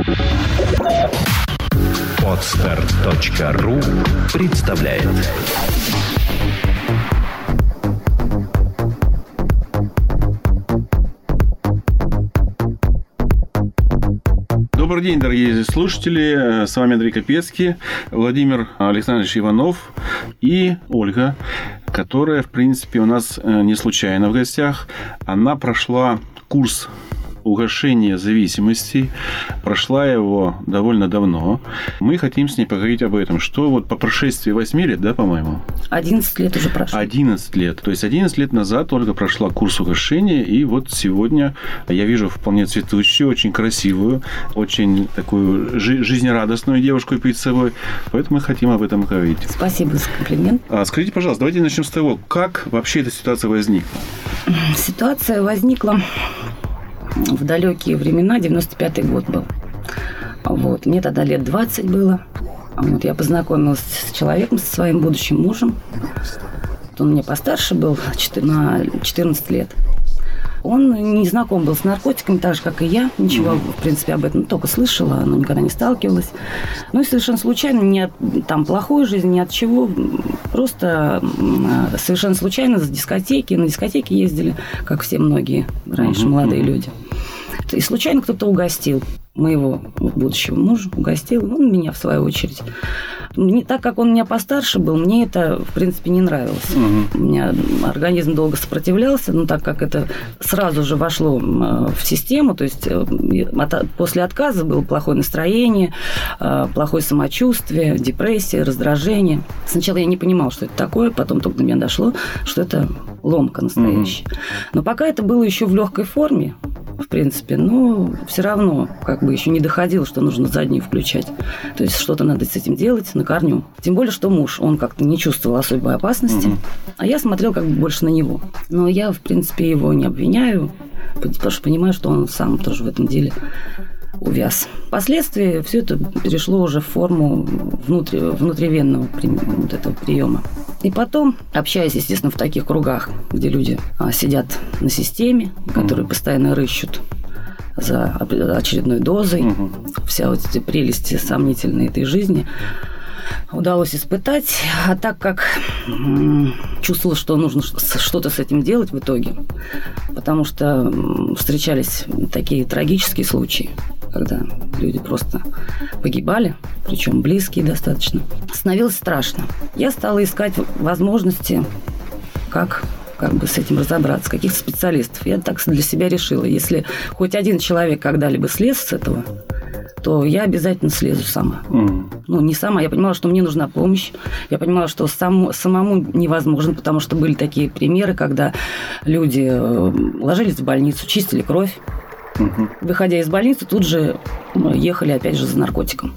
Podster.ru представляет. Добрый день, дорогие слушатели. С вами Андрей Капецкий, Владимир Александрович Иванов и Ольга, которая, в принципе, у нас не случайно в гостях. Она прошла курс угошения зависимостей, прошла его довольно давно. Мы хотим с ней поговорить об этом, что вот по прошествии 8 лет, да, по-моему? 11 лет уже прошло. 11 лет. То есть 11 лет назад Ольга прошла курс угошения, и вот сегодня я вижу вполне цветущую, очень красивую, очень такую жизнерадостную девушку перед собой. Поэтому мы хотим об этом говорить. Спасибо за комплимент. Скажите, пожалуйста, давайте начнем с того, как вообще эта ситуация возникла? Ситуация возникла в далекие времена, 95-й год был. Вот. Мне тогда лет 20 было. Вот. Я познакомилась с человеком, со своим будущим мужем. Он мне постарше был на 14 лет. Он не знаком был с наркотиками, так же, как и я. Ничего, в принципе, об этом только слышала, но никогда не сталкивалась. Ну и совершенно случайно, не от там плохой жизни, ни от чего. Просто совершенно случайно на дискотеке ездили, как все многие раньше молодые люди. И случайно кто-то угостил моего будущего мужа, угостил, он меня в свою очередь. Так как он у меня постарше был, мне это, в принципе, не нравилось. У меня организм долго сопротивлялся, но так как это сразу же вошло в систему, то есть после отказа было плохое настроение, плохое самочувствие, депрессия, раздражение. Сначала я не понимала, что это такое, потом только до меня дошло, что это ломка настоящая. Но пока это было еще в легкой форме, в принципе, но все равно как бы еще не доходило, что нужно заднюю включать. То есть что-то надо с этим делать на корню. Тем более, что муж, он как-то не чувствовал особой опасности, а я смотрел как бы больше на него. Но я, в принципе, его не обвиняю, потому что понимаю, что он сам тоже в этом деле увяз. Впоследствии все это перешло уже в форму внутривенного вот этого приема. И потом, общаясь, естественно, в таких кругах, где люди сидят на системе, которые постоянно рыщут за очередной дозой, вся вот эти прелести сомнительные этой жизни удалось испытать. А так как чувствовала, что нужно что-то с этим делать в итоге, потому что встречались такие трагические случаи, когда люди просто погибали, причем близкие достаточно, становилось страшно. Я стала искать возможности, как бы с этим разобраться, каких-то специалистов. Я так для себя решила, если хоть один человек когда-либо слез с этого, то я обязательно слезу сама. Ну, не сама. Я понимала, что мне нужна помощь. Я понимала, что самому невозможно, потому что были такие примеры, когда люди ложились в больницу, чистили кровь. Выходя из больницы, тут же ехали опять же за наркотиком.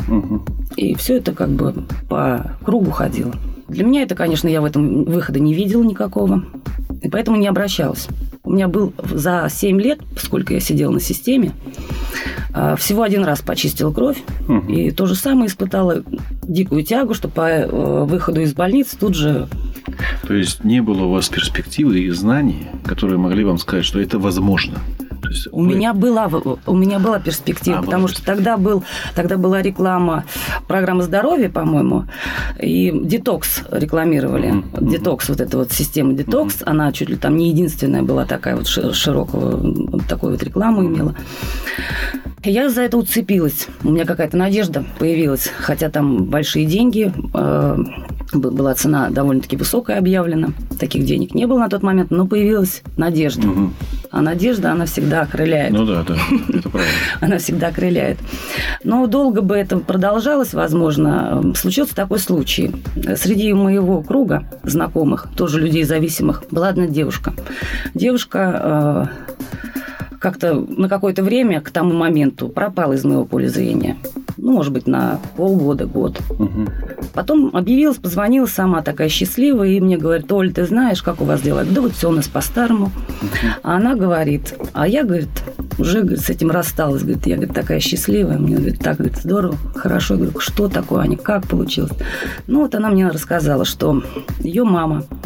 И все это как бы по кругу ходило. Для меня это, конечно, я в этом выхода не видела никакого. И поэтому не обращалась. У меня был за 7 лет, сколько я сидела на системе, всего один раз почистила кровь. И то же самое испытала дикую тягу, что по выходу из больницы тут же... То есть не было у вас перспективы и знаний, которые могли вам сказать, что это возможно? У меня была перспектива, потому что тогда была реклама программы здоровья, по-моему, и детокс рекламировали. Детокс, вот эта вот система детокс, она чуть ли там не единственная была такая вот широкую, такую вот рекламу имела. Я за это уцепилась. У меня какая-то надежда появилась, хотя там большие деньги, была цена довольно-таки высокая объявлена, таких денег не было на тот момент, но появилась надежда. А надежда, она всегда окрыляет. Ну да, это правильно. Она всегда окрыляет. Но долго бы это продолжалось, возможно. Случился такой случай. Среди моего круга знакомых, тоже людей зависимых, была одна девушка. Девушка как-то на какое-то время к тому моменту пропала из моего поля зрения. Ну, может быть, на полгода, год. Потом объявилась, позвонила сама такая счастливая, и мне говорит: Оль, ты знаешь, как у вас дела? Да вот все у нас по-старому. А она говорит, а я, говорит, уже, говорит, с этим рассталась. Говорит, я, говорит, такая счастливая. Мне, говорит, так, говорит, здорово, хорошо. Я говорю, что такое, Аня, как получилось? Ну, вот она мне рассказала, что ее мама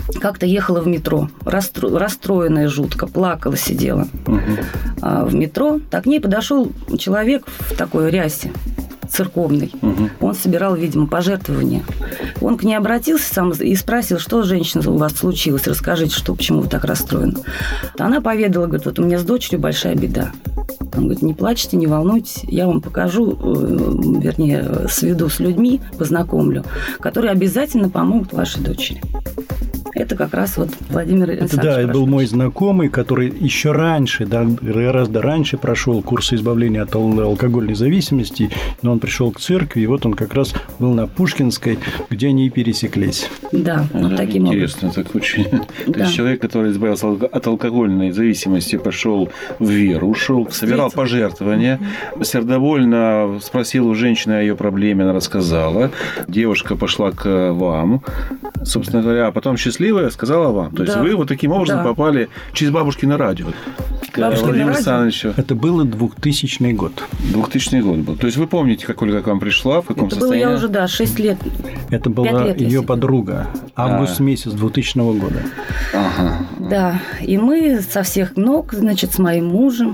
как-то ехала в метро, расстроенная жутко, плакала, сидела в метро. Так к ней подошел человек в такой рясе церковный. Он собирал, видимо, пожертвования. Он к ней обратился сам и спросил, что, женщина, у вас случилось, расскажите, почему вы так расстроены. Она поведала, говорит, вот у меня с дочерью большая беда. Он говорит, не плачьте, не волнуйтесь, я вам покажу, вернее, сведу с людьми, познакомлю, которые обязательно помогут вашей дочери. Это как раз вот Владимир Александрович. Да, это был мой знакомый, который еще раньше, гораздо раньше прошел курсы избавления от алкогольной зависимости, но он пришел к церкви, и вот он как раз был на Пушкинской, где они и пересеклись. Да, вот таким образом. Интересно, так очень. То есть человек, который избавился от алкогольной зависимости, пошел в веру, ушел, собирал пожертвования, сердобольно спросил у женщины о ее проблеме, она рассказала, девушка пошла к вам, собственно говоря, а потом счастливая сказала вам. То есть вы вот таким образом попали через бабушкино радио. Владимиру Александровичу. Это было 2000 год. 2000 год был. То есть вы помните, как Ольга к вам пришла, в каком состоянии? Это было я уже, 6 лет. Это была ее подруга. Август месяц 2000 года. Ага. Да. И мы со всех ног, значит, с моим мужем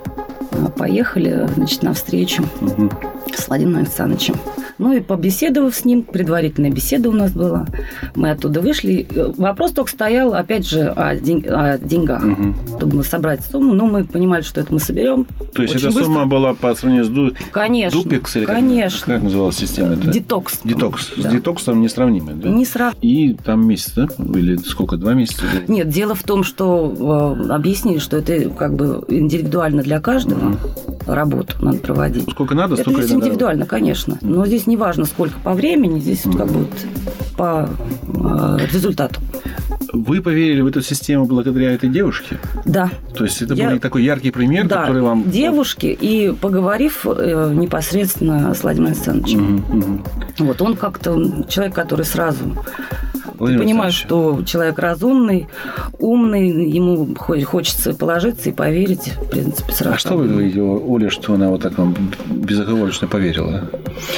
поехали, значит, навстречу с Владимиром Александровичем. Ну и побеседовав с ним, предварительная беседа у нас была, мы оттуда вышли. Вопрос только стоял, опять же, о деньгах, чтобы собрать сумму. Но мы понимали, что это мы соберем. То есть эта сумма была по сравнению с Конечно, Дупекс? Или конечно. Как называлась система? Детокс. Детокс. Да. С детоксом несравнимы, да? Не сравнимы. И там месяц, да? Или сколько? 2 месяца? Нет, дело в том, что объяснили, что это как бы индивидуально для каждого. Работу надо проводить. Сколько надо, это столько здесь индивидуально, конечно. Но здесь не важно, сколько по времени, здесь вот как бы вот по результату. Вы поверили в эту систему благодаря этой девушке? Да. То есть это был такой яркий пример, который вам... девушке, и поговорив непосредственно с Владимиром Александровичем. Вот он как-то человек, который сразу... Ты понимаешь, что человек разумный, умный, ему хочется положиться и поверить, в принципе, сразу. А что вы говорите, Оля, что она вот так вам безоговорочно поверила?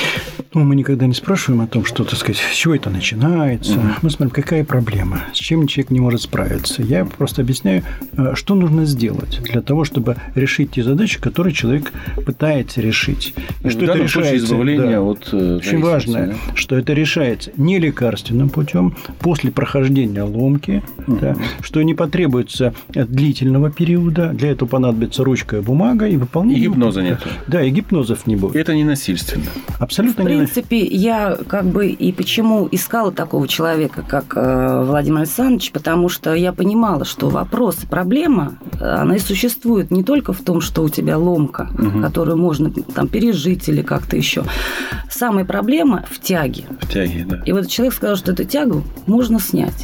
Ну, мы никогда не спрашиваем о том, что, так сказать, с чего это начинается. Мы смотрим, какая проблема, с чем человек не может справиться. Я просто объясняю, что нужно сделать для того, чтобы решить те задачи, которые человек пытается решить. И что это решается, избавление от очень важно, что это решается не лекарственным путем, после прохождения ломки, что не потребуется длительного периода. Для этого понадобится ручка и бумага и выполнение. И гипноза нет. Да, и гипнозов не будет. Это не насильственно. Абсолютно не. В принципе, я как бы и почему искала такого человека, как Владимир Александрович, потому что я понимала, что вопрос, проблема, она и существует не только в том, что у тебя ломка, которую можно там пережить или как-то еще. Самая проблема в тяге. В тяге, да. И вот человек сказал, что эту тягу можно снять.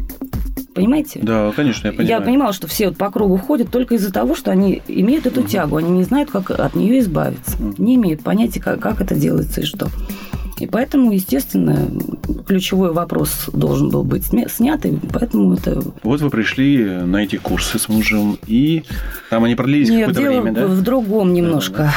Понимаете? Да, конечно, я понимаю. Я понимала, что все вот по кругу ходят только из-за того, что они имеют эту тягу. Они не знают, как от нее избавиться. Не имеют понятия, как это делается и что. И поэтому, естественно, ключевой вопрос должен был быть снят, и поэтому это... Вот вы пришли на эти курсы с мужем, и там они продлились какое-то время, да? Нет, в другом немножко.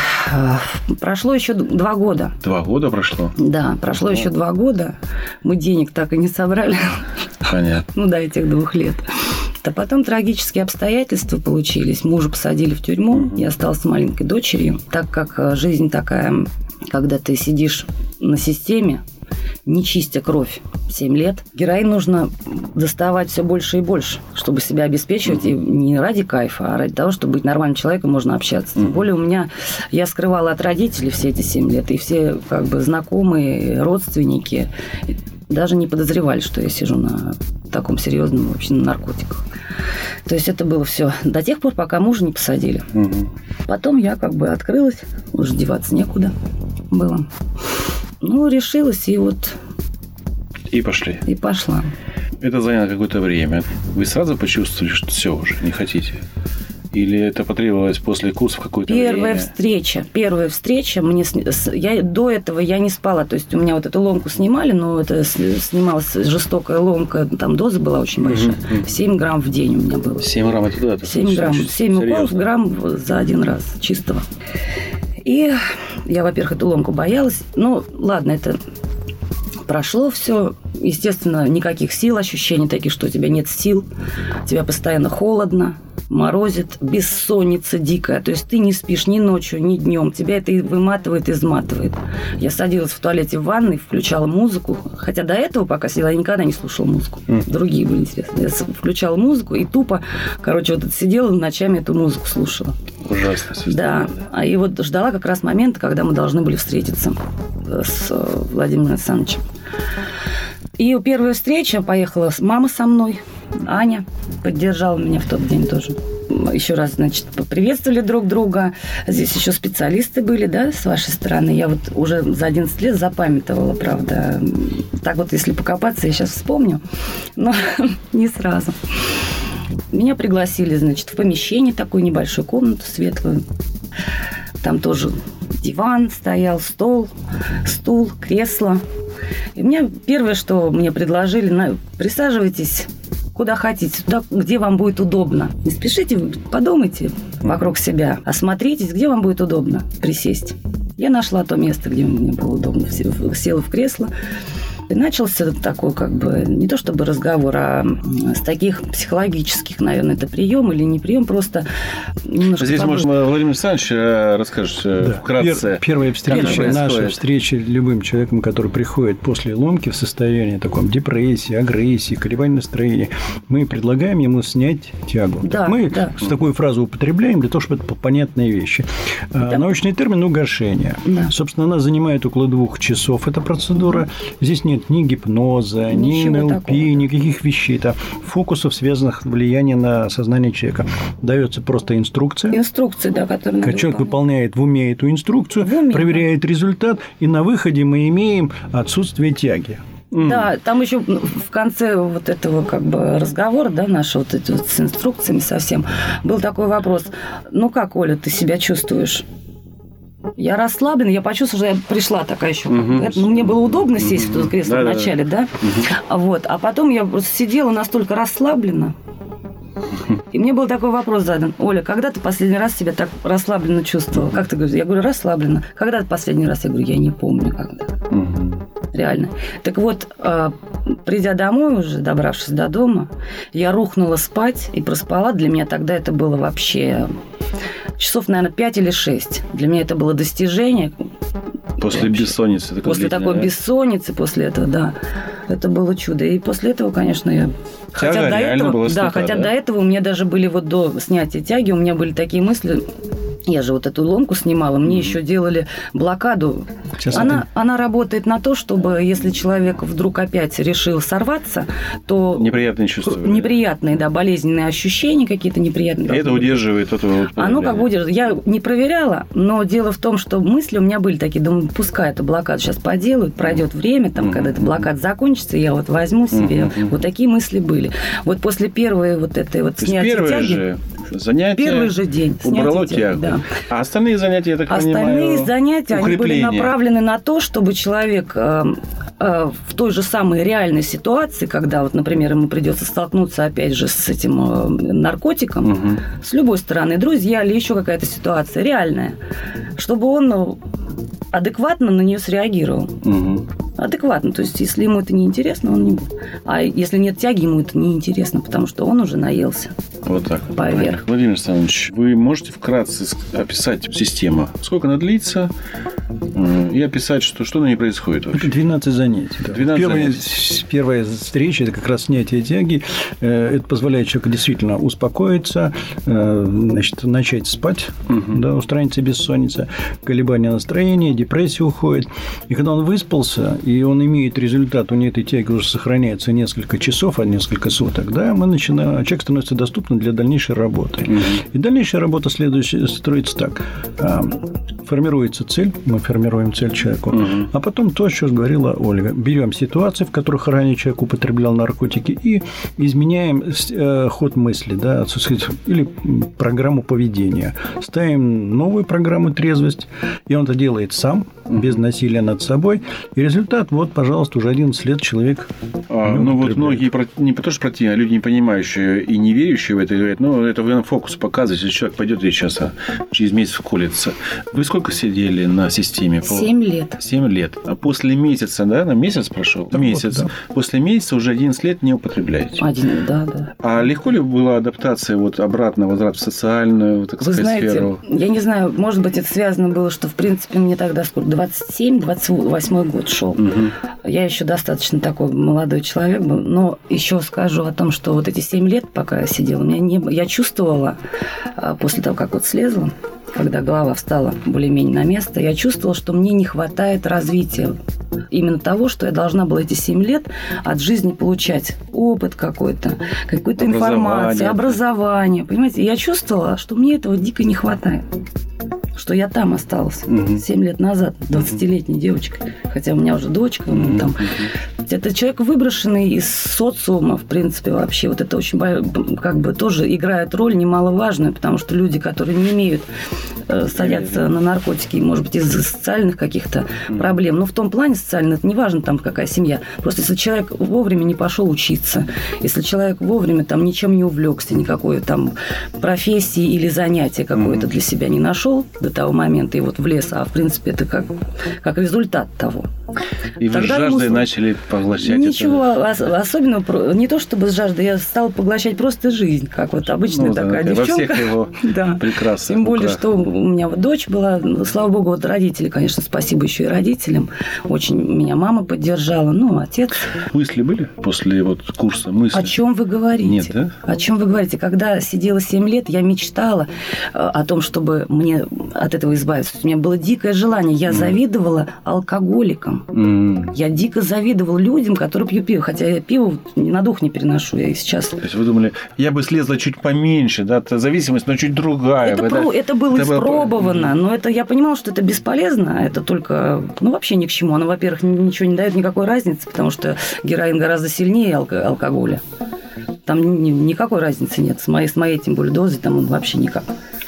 Прошло еще 2 года. 2 года прошло? Да, прошло еще 2 года. Мы денег так и не собрали. Понятно. Ну, до этих 2 лет. А потом трагические обстоятельства получились. Мужа посадили в тюрьму, я осталась с маленькой дочерью. Так как жизнь такая, когда ты сидишь на системе, не чистя кровь 7 лет, героин нужно доставать все больше и больше, чтобы себя обеспечивать, и не ради кайфа, а ради того, чтобы быть нормальным человеком, можно общаться. Тем более я скрывала от родителей все эти 7 лет, и все как бы знакомые, родственники даже не подозревали, что я сижу на таком серьезном вообще на наркотиках. То есть это было все до тех пор, пока мужа не посадили. Потом я как бы открылась, уже деваться некуда было. Ну, решилась, и вот... И пошли. И пошла. Это заняло какое-то время. Вы сразу почувствовали, что все уже, не хотите? Или это потребовалось после курсов какое-то время? Первая встреча. До этого я не спала. То есть у меня вот эту ломку снимали, но это снималась жестокая ломка. Там доза была очень большая. 7 грамм в день у меня было. 7 грамм это да? 7 грамм. 7 уколов грамм за 1 раз чистого. И я, во-первых, эту ломку боялась. Ну, ладно, это прошло все. естественно, никаких сил, ощущений таких, что у тебя нет сил, тебя постоянно холодно, морозит, бессонница дикая. То есть ты не спишь ни ночью, ни днем. Тебя это и выматывает, изматывает. Я садилась в туалете в ванной, включала музыку. Хотя до этого, пока сидела, я никогда не слушала музыку. Другие были интересные. Я включала музыку и тупо, вот это сидела ночами, эту музыку слушала. Ужасно. Да. И вот ждала как раз момента, когда мы должны были встретиться с Владимиром Александровичем. И первая встреча, поехала мама со мной, Аня поддержала меня в тот день тоже. Еще раз, значит, поприветствовали друг друга. Здесь еще специалисты были, да, с вашей стороны. Я вот уже за 11 лет запамятовала, правда. Так вот, если покопаться, я сейчас вспомню, но не сразу. Меня пригласили, значит, в помещение, такую небольшую комнату светлую. Там тоже диван стоял, стол, стул, кресло. И мне первое, что мне предложили, присаживайтесь куда хотите, туда, где вам будет удобно. Не спешите, подумайте вокруг себя, осмотритесь, где вам будет удобно присесть. Я нашла то место, где мне было удобно, села в кресло. И начался такой, не то чтобы разговор, а с таких психологических, наверное, это прием или не прием, просто немножко... Здесь, может, Владимир Александрович расскажет вкратце. Первая встреча, наша встреча с любым человеком, который приходит после ломки в состоянии таком депрессии, агрессии, колебания настроения, мы предлагаем ему снять тягу. Да, мы такую фразу употребляем для того, чтобы это понятные вещи. Да. Научный термин – угошение. Да. Собственно, она занимает около 2 часов, эта процедура. Здесь нет ни гипноза, ни НЛП, никаких вещей. Это фокусов, связанных с влиянием на сознание человека. Дается просто инструкция. Инструкция, да, которую надо человек выполняет в уме эту инструкцию, проверяет результат, и на выходе мы имеем отсутствие тяги. Да, там еще в конце вот этого разговора, да, нашего с инструкциями совсем, был такой вопрос. Ну как, Оля, ты себя чувствуешь? Я расслаблена, я почувствовала, что я пришла такая еще. Мне было удобно сесть в это кресло вначале, да? Вот. А потом я просто сидела настолько расслаблена. И мне был такой вопрос задан. Оля, когда ты последний раз себя так расслабленно чувствовала? Как ты говоришь? Я говорю, расслабленно. Когда ты последний раз? Я говорю, я не помню, когда. Реально. Так вот, придя домой уже, добравшись до дома, я рухнула спать и проспала. Для меня тогда это было вообще... часов, наверное, 5 или 6. Для меня это было достижение. После бессонницы. После такой бессонницы, после этого, да. Это было чудо. И после этого, конечно, я... Хотя до этого у меня даже были до снятия тяги, у меня были такие мысли... Я же вот эту ломку снимала, мне еще делали блокаду. Она работает на то, чтобы, если человек вдруг опять решил сорваться, то... Неприятные чувства. Неприятные, да, болезненные ощущения какие-то неприятные. И это удерживает это. Оно удерживает. Я не проверяла, но дело в том, что мысли у меня были такие, думаю, пускай эту блокаду сейчас поделают, пройдет время, когда эта блокада закончится, я возьму себе. Вот такие мысли были. Вот после первой этой снятия тяги... Первый же день убрало тягу. Да. А остальные занятия, я так понимаю, остальные занятия, они были направлены на то, чтобы человек в той же самой реальной ситуации, когда, например, ему придется столкнуться опять же с этим наркотиком, с любой стороны, друзья или еще какая-то ситуация реальная, чтобы он адекватно на нее среагировал. Адекватно. То есть, если ему это неинтересно, он не будет. А если нет тяги, ему это неинтересно, потому что он уже наелся. Вот так. Поверх. Владимир Александрович, вы можете вкратце описать систему? Сколько она длится? И описать, что на ней происходит вообще? 12 занятий. Да. 12 Первая встреча – это как раз снятие тяги. Это позволяет человеку действительно успокоиться, начать спать, устранится бессонница, колебания настроения, депрессия уходит. И когда он выспался, и он имеет результат, у него этой тяги уже сохраняется несколько часов, а несколько суток, да, человек становится доступным для дальнейшей работы. И дальнейшая работа строится так. Формируется цель, мы формируем цель человеку, а потом то, что говорила Ольга. Берем ситуации, в которых ранее человек употреблял наркотики, и изменяем ход мысли, да, или программу поведения. Ставим новую программу трезвость, и он это делает сам, без насилия над собой. И результат, вот, пожалуйста, уже 11 лет человек... Ну, вот многие, не потому что противные, а люди, не понимающие и не верящие в это, говорят, ну, это вы на фокус показываете, если человек пойдет и сейчас через месяц вколется. Вы сколько сидели на системе? 7 лет. 7 лет. А после месяца, да, на месяц прошел? Да, месяц. вот, да. После месяца уже 11 лет не употребляете. Да. А легко ли была адаптация, вот обратно, возврат в социальную, так Вы сказать, знаете, сферу? я не знаю, может быть, это связано было, что, в принципе, мне тогда сколько, 27-28 год шел. Угу. Я еще достаточно такой молодой человек был, но еще скажу о том, что вот эти 7 лет, пока я сидела, я чувствовала, после того, как вот слезла, когда голова встала более-менее на место, я чувствовала, что мне не хватает развития. Именно того, что я должна была эти 7 лет от жизни получать. Опыт какой-то, какую-то информацию, образование. Понимаете, я чувствовала, что мне этого дико не хватает. Что я там осталась 7 лет назад, 20-летней девочкой. Хотя у меня уже дочка. Там. Это человек, выброшенный из социума, в принципе, вообще. Вот это очень как бы тоже играет роль немаловажную, потому что люди, которые не имеют, садятся на наркотики, может быть, из-за социальных каких-то проблем. Но в том плане социально, это не важно, там, какая семья. Просто если человек вовремя не пошел учиться, если человек вовремя там ничем не увлекся, никакой там профессии или занятия какое-то для себя не нашел до того момента и вот влез, а в принципе это как результат того. И вы с жаждой начали поглощать ничего особенного, не то чтобы с жаждой, я стала поглощать просто жизнь, как вот обычная такая девчонка. Во всех его прекрасных. Тем более, что у меня вот дочь была, слава богу, вот родители, конечно, спасибо еще и родителям. Очень меня мама поддержала, ну, отец. Мысли были после вот курса? Мысли? О чем вы говорите? Нет, да? О чем вы говорите? Когда сидела 7 лет, я мечтала о том, чтобы мне от этого избавиться. У меня было дикое желание. Я завидовала алкоголикам. Я дико завидовала людям, которые пьют пиво. Хотя я пиво на дух не переношу. Я и сейчас... То есть вы думали, я бы слезла чуть поменьше, да? Зависимость, но чуть другая. Это было испробовано. Но это я понимала, что это бесполезно. Это только... Ну, вообще ни к чему. Оно, во-первых, ничего не дает никакой разницы, потому что героин гораздо сильнее алкоголя. Там никакой разницы нет. С моей тем более дозой там вообще никак.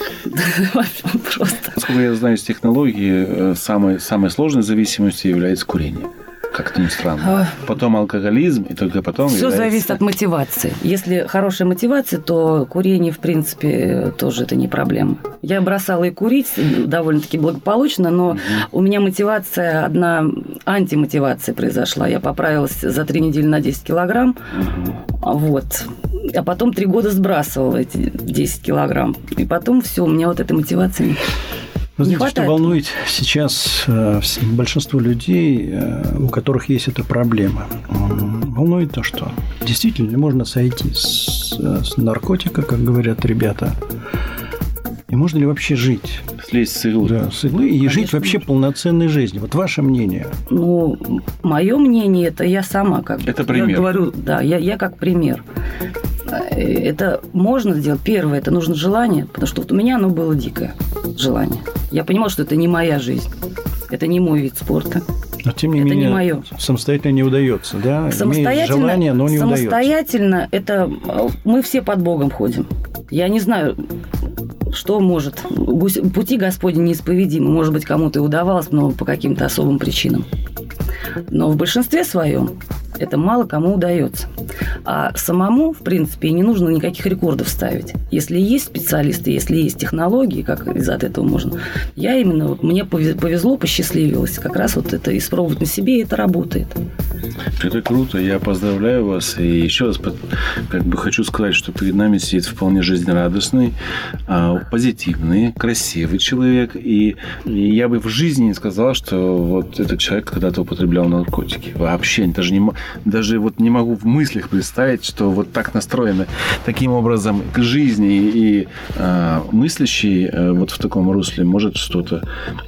Просто. Насколько я знаю, из технологии самой сложной зависимостью является курение. Как-то не странно. Потом алкоголизм, и только потом... Все зависит от мотивации. Если хорошая мотивация, то курение, в принципе, тоже это не проблема. Я бросала и курить довольно-таки благополучно, но у меня мотивация, одна антимотивация произошла. Я поправилась за 3 недели на 10 килограмм. Вот. А потом 3 года сбрасывала эти 10 килограмм. И потом все, у меня вот этой мотивации Вы знаете, что волнует сейчас большинство людей, у которых есть эта проблема? Волнует то, что действительно можно сойти с наркотика, как говорят ребята, и можно ли вообще жить? Слезть с иглы. Да, с иглы, и конечно, жить вообще полноценной жизнью. Вот ваше мнение. Ну, мое мнение, это я сама как бы. Это пример. Я говорю, да, я как пример. Это можно сделать. Первое, это нужно желание, потому что вот у меня оно было дикое желание. Я понимала, что это не моя жизнь, это не мой вид спорта. Но, тем не менее, не мое. Самостоятельно не удается, да? Имеешь желание, но не удается. Самостоятельно это мы все под Богом ходим. Я не знаю, что может. Пути Господни неисповедимы. Может быть, кому-то и удавалось, но по каким-то особым причинам. Но в большинстве своем это мало кому удается. А самому, в принципе, не нужно никаких рекордов ставить. Если есть специалисты, если есть технологии, как из этого можно. Я именно, вот, мне повезло, посчастливилось как раз вот это испробовать на себе, и это работает. Это круто, я поздравляю вас. И еще раз как бы хочу сказать, что перед нами сидит вполне жизнерадостный, позитивный, красивый человек. И я бы в жизни не сказал, что вот этот человек когда-то употреблял наркотики. Вообще, даже вот не могу в мыслях представить, что вот так настроены таким образом к жизни и мыслящий вот в таком русле может что-то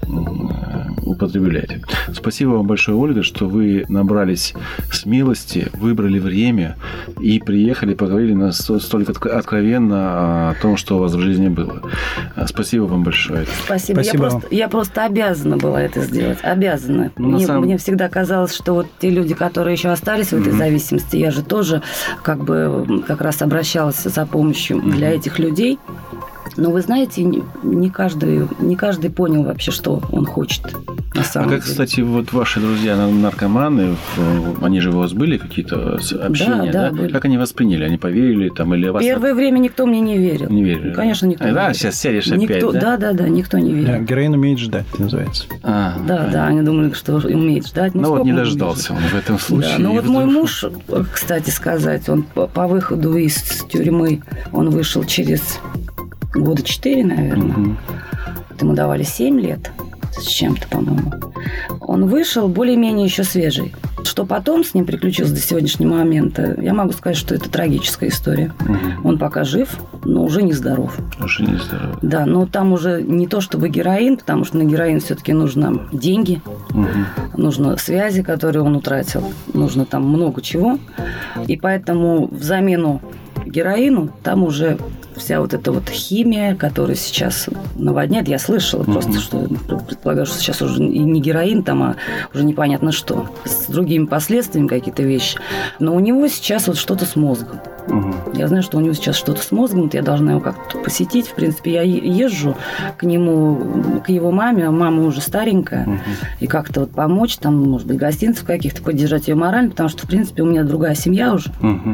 употреблять. Спасибо вам большое, Ольга, что вы набрались смелости, выбрали время и приехали, поговорили настолько откровенно о том, что у вас в жизни было. Спасибо вам большое. Спасибо. Я просто обязана была это сделать. Обязана. Мне всегда казалось, что вот те люди, которые еще остались в этой зависимости, я же тоже как раз обращалась за помощью для этих людей. Но вы знаете, не каждый понял вообще, что он хочет на самом самом деле. Кстати, вот ваши друзья наркоманы, они же у вас были какие-то общения, да? Были. Как они восприняли? Они поверили там или вас? Первое время никто мне не верил. Не верили? Конечно, никто не верил. Сейчас сядешь опять, да? Да, никто не верил. Да, героин умеет ждать, называется. Да, они думали, что умеет ждать. Ну вот не дождался он в этом случае. Да, ну вот мой муж, кстати сказать, он по выходу из тюрьмы, он вышел через 4 года, наверное. Ему давали 7 лет с чем-то, по-моему. Он вышел более-менее еще свежий. Что потом с ним приключилось до сегодняшнего момента, я могу сказать, что это трагическая история. Он пока жив, но уже нездоров. Уже нездоров. Да, но там уже не то чтобы героин, потому что на героин все-таки нужно деньги, нужно связи, которые он утратил, нужно там много чего. И поэтому в замену героину там уже вся вот эта вот химия, которая сейчас наводняет, я слышала просто, что предполагаю, что сейчас уже и не героин там, а уже непонятно что, с другими последствиями какие-то вещи. Но у него сейчас вот что-то с мозгом. Я знаю, что у него сейчас что-то с мозгом, вот я должна его как-то посетить. В принципе, я езжу к нему, к его маме, а мама уже старенькая, и как-то вот помочь, там, может быть, гостинцев каких-то, поддержать ее морально, потому что, в принципе, у меня другая семья уже.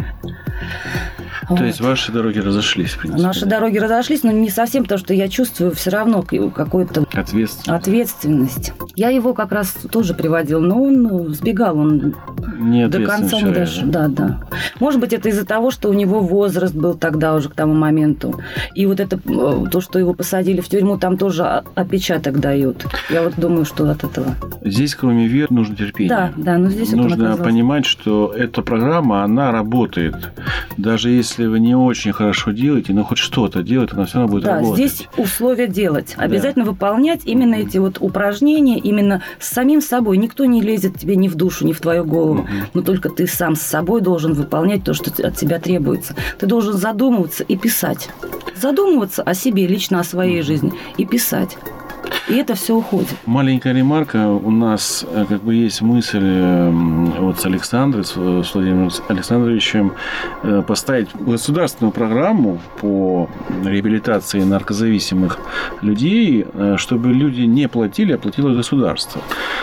То есть ваши дороги разошлись, в принципе? Наши дороги разошлись, но не совсем, потому что я чувствую все равно какую-то ответственность. Я его как раз тоже приводила, но он сбегал, он до конца не дошел. Да. Может быть, это из-за того, что у него возраст был тогда уже к тому моменту. И вот это, то, что его посадили в тюрьму, там тоже отпечаток дает. Я вот думаю, что от этого. Здесь, кроме веры, нужно терпение. Да, но здесь нужно понимать, что эта программа, она работает. Даже если вы не очень хорошо делаете, но хоть что-то делаете, она все равно будет работать. Да, здесь условия делать. Обязательно выполнять именно эти вот упражнения, именно с самим собой. Никто не лезет тебе ни в душу, ни в твою голову. Но только ты сам с собой должен выполнять то, что от тебя требуется. Ты должен задумываться и писать. Задумываться о себе, лично о своей жизни и писать. И это все уходит. Маленькая ремарка. У нас как бы есть мысль вот с Александром, с Владимиром Александровичем поставить государственную программу по реабилитации наркозависимых людей, чтобы люди не платили, а платило государство.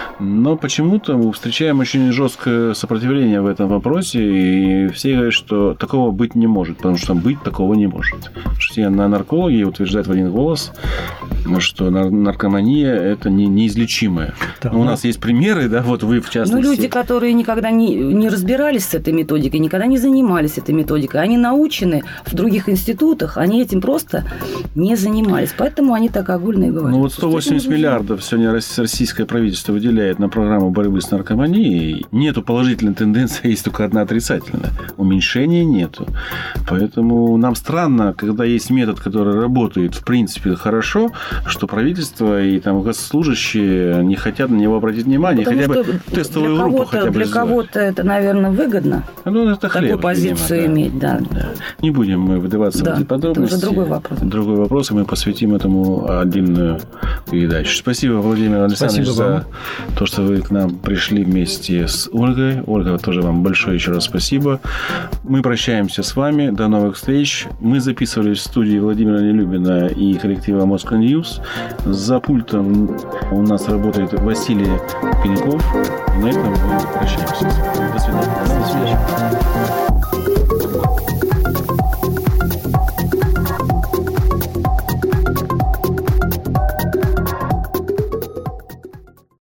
Но почему-то мы встречаем очень жесткое сопротивление в этом вопросе, и все говорят, что такого быть не может, потому что быть такого не может. Все наркологи утверждают в один голос, что наркомания – это неизлечимое. Да, у нас есть примеры, да, вот вы в частности. Люди, которые никогда не разбирались с этой методикой, никогда не занимались этой методикой, они научены в других институтах, они этим просто не занимались. Поэтому они так огульные говорят. Ну вот 180 миллиардов сегодня российское правительство выделяет на программу борьбы с наркоманией. Нету положительной тенденции, есть только одна отрицательная. Уменьшения нету. Поэтому нам странно, когда есть метод, который работает в принципе хорошо, что правительство и там госслужащие не хотят на него обратить внимание, хотя бы тестовую группу хотя бы для кого-то это, наверное, выгодно. Ну, это хлеб, такую позицию иметь, да. Не будем мы выдаваться в эти подробности. Это уже другой вопрос. Другой вопрос, и мы посвятим этому отдельную передачу. Спасибо, Владимир Александрович, за то, что вы к нам пришли вместе с Ольгой. Ольга, тоже вам большое еще раз спасибо. Мы прощаемся с вами. До новых встреч. Мы записывались в студии Владимира Нелюбина и коллектива Moscow News. За пультом у нас работает Василий Пеньков. На этом мы прощаемся. До свидания. До встречи.